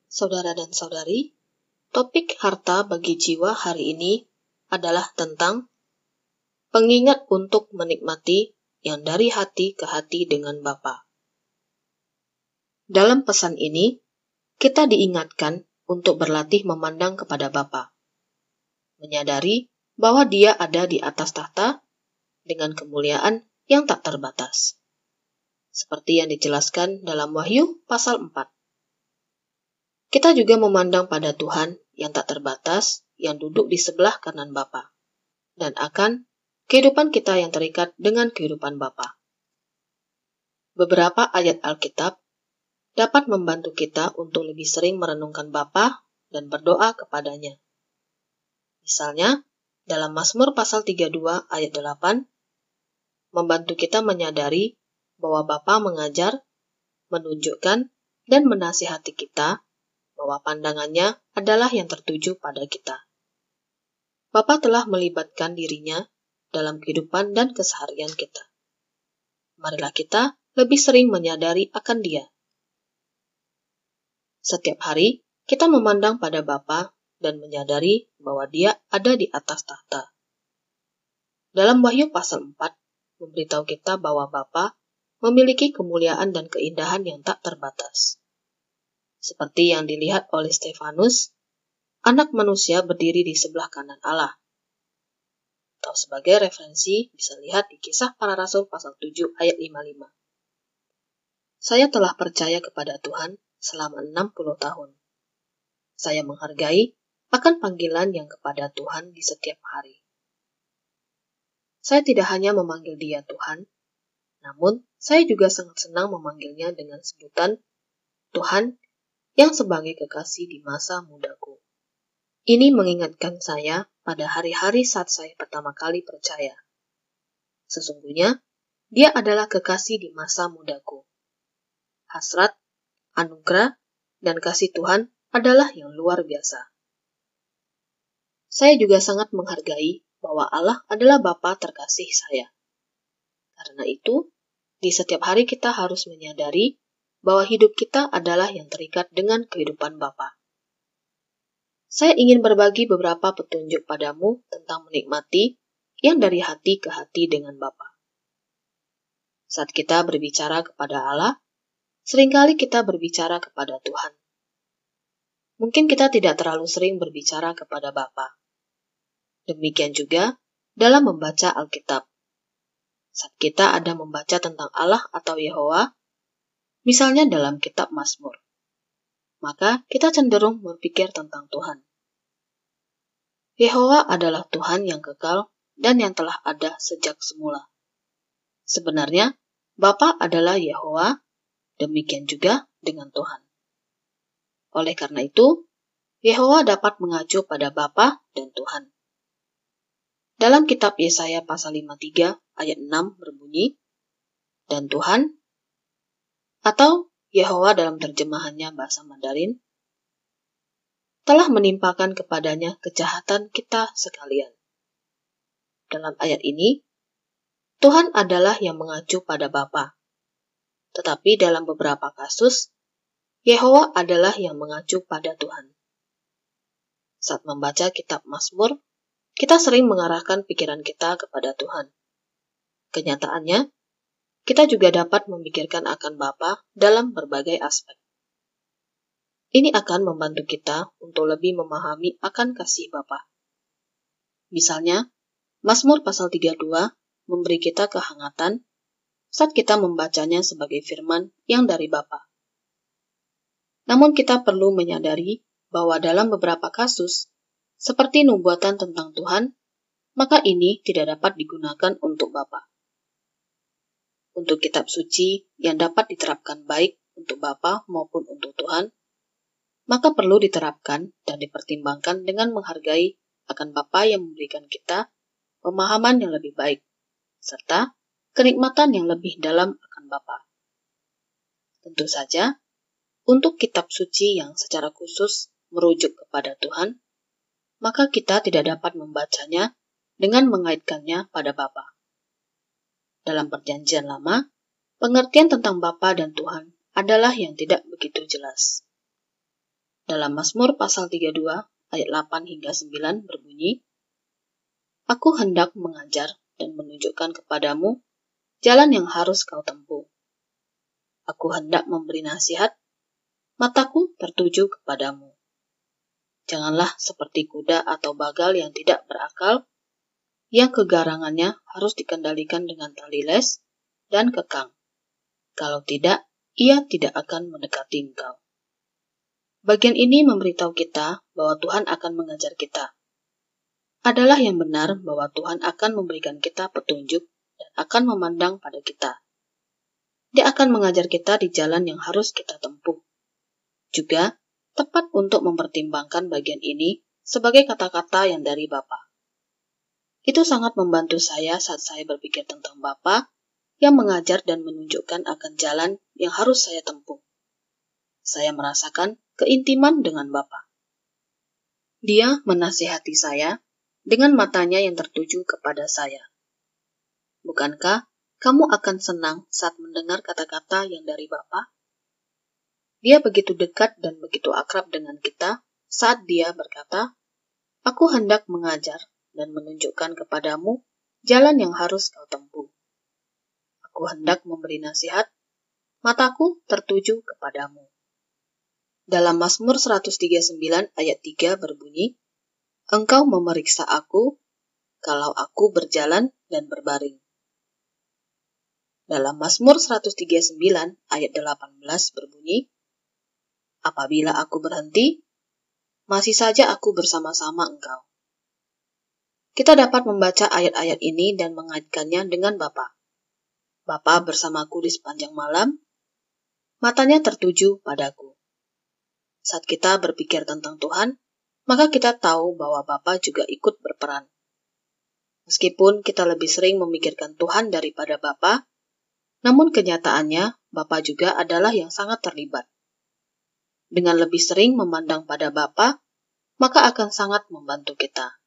Saudara dan saudari, topik harta bagi jiwa hari ini adalah tentang pengingat untuk menikmati yang dari hati ke hati dengan Bapa. Dalam pesan ini, kita diingatkan untuk berlatih memandang kepada Bapa, menyadari bahwa Dia ada di atas tahta dengan kemuliaan yang tak terbatas. Seperti yang dijelaskan dalam Wahyu pasal 4. Kita juga memandang pada Tuhan yang tak terbatas yang duduk di sebelah kanan Bapa, dan akan kehidupan kita yang terikat dengan kehidupan Bapa. Beberapa ayat Alkitab dapat membantu kita untuk lebih sering merenungkan Bapa dan berdoa kepadanya. Misalnya, dalam Mazmur pasal 32 ayat 8, membantu kita menyadari bahwa Bapa mengajar, menunjukkan, dan menasihati kita bahwa pandangannya adalah yang tertuju pada kita. Bapa telah melibatkan dirinya dalam kehidupan dan keseharian kita. Marilah kita lebih sering menyadari akan Dia. Setiap hari, kita memandang pada Bapa dan menyadari bahwa Dia ada di atas tahta. Dalam Wahyu pasal 4, memberitahu kita bahwa Bapa memiliki kemuliaan dan keindahan yang tak terbatas. Seperti yang dilihat oleh Stefanus, anak manusia berdiri di sebelah kanan Allah. Atau sebagai referensi bisa lihat di Kisah Para Rasul pasal 7 ayat 55. Saya telah percaya kepada Tuhan selama 60 tahun. Saya menghargai akan panggilan yang kepada Tuhan di setiap hari. Saya tidak hanya memanggil Dia Tuhan, namun saya juga sangat senang memanggilnya dengan sebutan Tuhan yang sebagai kekasih di masa mudaku. Ini mengingatkan saya pada hari-hari saat saya pertama kali percaya. Sesungguhnya, Dia adalah kekasih di masa mudaku. Hasrat, anugerah, dan kasih Tuhan adalah yang luar biasa. Saya juga sangat menghargai bahwa Allah adalah Bapa terkasih saya. Karena itu, di setiap hari kita harus menyadari bahwa hidup kita adalah yang terikat dengan kehidupan Bapa. Saya ingin berbagi beberapa petunjuk padamu tentang menikmati yang dari hati ke hati dengan Bapa. Saat kita berbicara kepada Allah, seringkali kita berbicara kepada Tuhan. Mungkin kita tidak terlalu sering berbicara kepada Bapa. Demikian juga dalam membaca Alkitab. Saat kita ada membaca tentang Allah atau Yehova, misalnya dalam kitab Mazmur, maka kita cenderung berpikir tentang Tuhan. Yehova adalah Tuhan yang kekal dan yang telah ada sejak semula. Sebenarnya, Bapa adalah Yehova, demikian juga dengan Tuhan. Oleh karena itu, Yehova dapat mengacu pada Bapa dan Tuhan. Dalam kitab Yesaya pasal 53 ayat 6 berbunyi, dan Tuhan, atau Yehova dalam terjemahannya bahasa Mandarin, telah menimpakan kepadanya kejahatan kita sekalian. Dalam ayat ini, Tuhan adalah yang mengacu pada Bapa. Tetapi dalam beberapa kasus, Yehova adalah yang mengacu pada Tuhan. Saat membaca kitab Mazmur, kita sering mengarahkan pikiran kita kepada Tuhan. Kenyataannya, kita juga dapat memikirkan akan Bapa dalam berbagai aspek. Ini akan membantu kita untuk lebih memahami akan kasih Bapa. Misalnya, Mazmur pasal 32 memberi kita kehangatan saat kita membacanya sebagai firman yang dari Bapa. Namun kita perlu menyadari bahwa dalam beberapa kasus, seperti nubuatan tentang Tuhan, maka ini tidak dapat digunakan untuk Bapa. Untuk kitab suci yang dapat diterapkan baik untuk Bapa maupun untuk Tuhan, maka perlu diterapkan dan dipertimbangkan dengan menghargai akan Bapa yang memberikan kita pemahaman yang lebih baik, serta kenikmatan yang lebih dalam akan Bapa. Tentu saja, untuk kitab suci yang secara khusus merujuk kepada Tuhan, maka kita tidak dapat membacanya dengan mengaitkannya pada Bapa. Dalam Perjanjian Lama, pengertian tentang Bapa dan Tuhan adalah yang tidak begitu jelas. Dalam Mazmur pasal 32 ayat 8 hingga 9 berbunyi, Aku hendak mengajar dan menunjukkan kepadamu jalan yang harus kau tempuh. Aku hendak memberi nasihat, mataku tertuju kepadamu. Janganlah seperti kuda atau bagal yang tidak berakal, yang kegarangannya harus dikendalikan dengan tali les dan kekang. Kalau tidak, ia tidak akan mendekati engkau. Bagian ini memberitahu kita bahwa Tuhan akan mengajar kita. Adalah yang benar bahwa Tuhan akan memberikan kita petunjuk dan akan memandang pada kita. Dia akan mengajar kita di jalan yang harus kita tempuh. Juga tepat untuk mempertimbangkan bagian ini sebagai kata-kata yang dari Bapa. Itu sangat membantu saya saat saya berpikir tentang Bapa yang mengajar dan menunjukkan akan jalan yang harus saya tempuh. Saya merasakan keintiman dengan Bapa. Dia menasihati saya dengan matanya yang tertuju kepada saya. Bukankah kamu akan senang saat mendengar kata-kata yang dari Bapa? Dia begitu dekat dan begitu akrab dengan kita saat dia berkata, Aku hendak mengajar dan menunjukkan kepadamu jalan yang harus kau tempuh. Aku hendak memberi nasihat, mataku tertuju kepadamu. Dalam Mazmur 139 ayat 3 berbunyi, Engkau memeriksa aku, kalau aku berjalan dan berbaring. Dalam Mazmur 139 ayat 18 berbunyi, Apabila aku berhenti, masih saja aku bersama-sama engkau. Kita dapat membaca ayat-ayat ini dan mengaitkannya dengan Bapa. Bapa bersamaku di sepanjang malam, matanya tertuju padaku. Saat kita berpikir tentang Tuhan, maka kita tahu bahwa Bapa juga ikut berperan. Meskipun kita lebih sering memikirkan Tuhan daripada Bapa, namun kenyataannya Bapa juga adalah yang sangat terlibat. Dengan lebih sering memandang pada Bapa, maka akan sangat membantu kita.